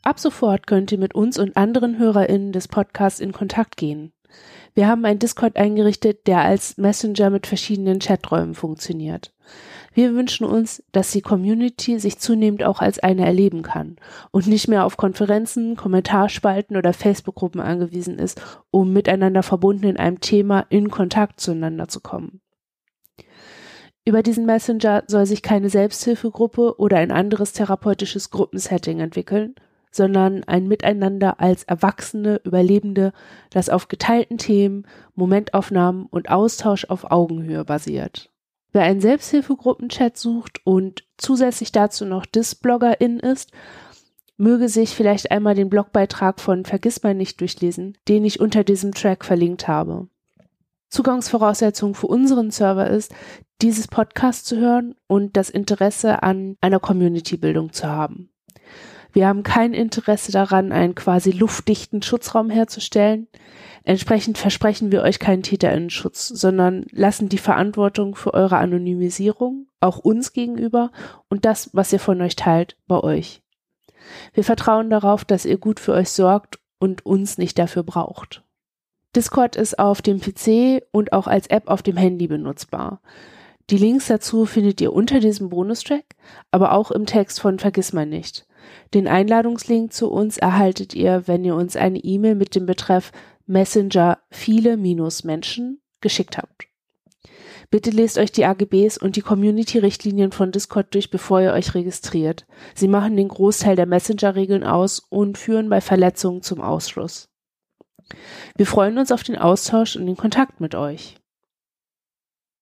Ab sofort könnt ihr mit uns und anderen HörerInnen des Podcasts in Kontakt gehen. Wir haben einen Discord eingerichtet, der als Messenger mit verschiedenen Chaträumen funktioniert. Wir wünschen uns, dass die Community sich zunehmend auch als eine erleben kann und nicht mehr auf Konferenzen, Kommentarspalten oder Facebook-Gruppen angewiesen ist, um miteinander verbunden in einem Thema in Kontakt zueinander zu kommen. Über diesen Messenger soll sich keine Selbsthilfegruppe oder ein anderes therapeutisches Gruppensetting entwickeln, sondern ein Miteinander als erwachsene Überlebende, das auf geteilten Themen, Momentaufnahmen und Austausch auf Augenhöhe basiert. Wer einen Selbsthilfegruppenchat sucht und zusätzlich dazu noch Dis-Bloggerin ist, möge sich vielleicht einmal den Blogbeitrag von Vergissmeinnicht durchlesen, den ich unter diesem Track verlinkt habe. Zugangsvoraussetzung für unseren Server ist, dieses Podcast zu hören und das Interesse an einer Community-Bildung zu haben. Wir haben kein Interesse daran, einen quasi luftdichten Schutzraum herzustellen. Entsprechend versprechen wir euch keinen TäterInnenschutz, sondern lassen die Verantwortung für eure Anonymisierung, auch uns gegenüber, und das, was ihr von euch teilt, bei euch. Wir vertrauen darauf, dass ihr gut für euch sorgt und uns nicht dafür braucht. Discord ist auf dem PC und auch als App auf dem Handy benutzbar. Die Links dazu findet ihr unter diesem Bonustrack, aber auch im Text von Vergissmeinnicht. Den Einladungslink zu uns erhaltet ihr, wenn ihr uns eine E-Mail mit dem Betreff Messenger viele-Menschen geschickt habt. Bitte lest euch die AGBs und die Community-Richtlinien von Discord durch, bevor ihr euch registriert. Sie machen den Großteil der Messenger-Regeln aus und führen bei Verletzungen zum Ausschluss. Wir freuen uns auf den Austausch und den Kontakt mit euch.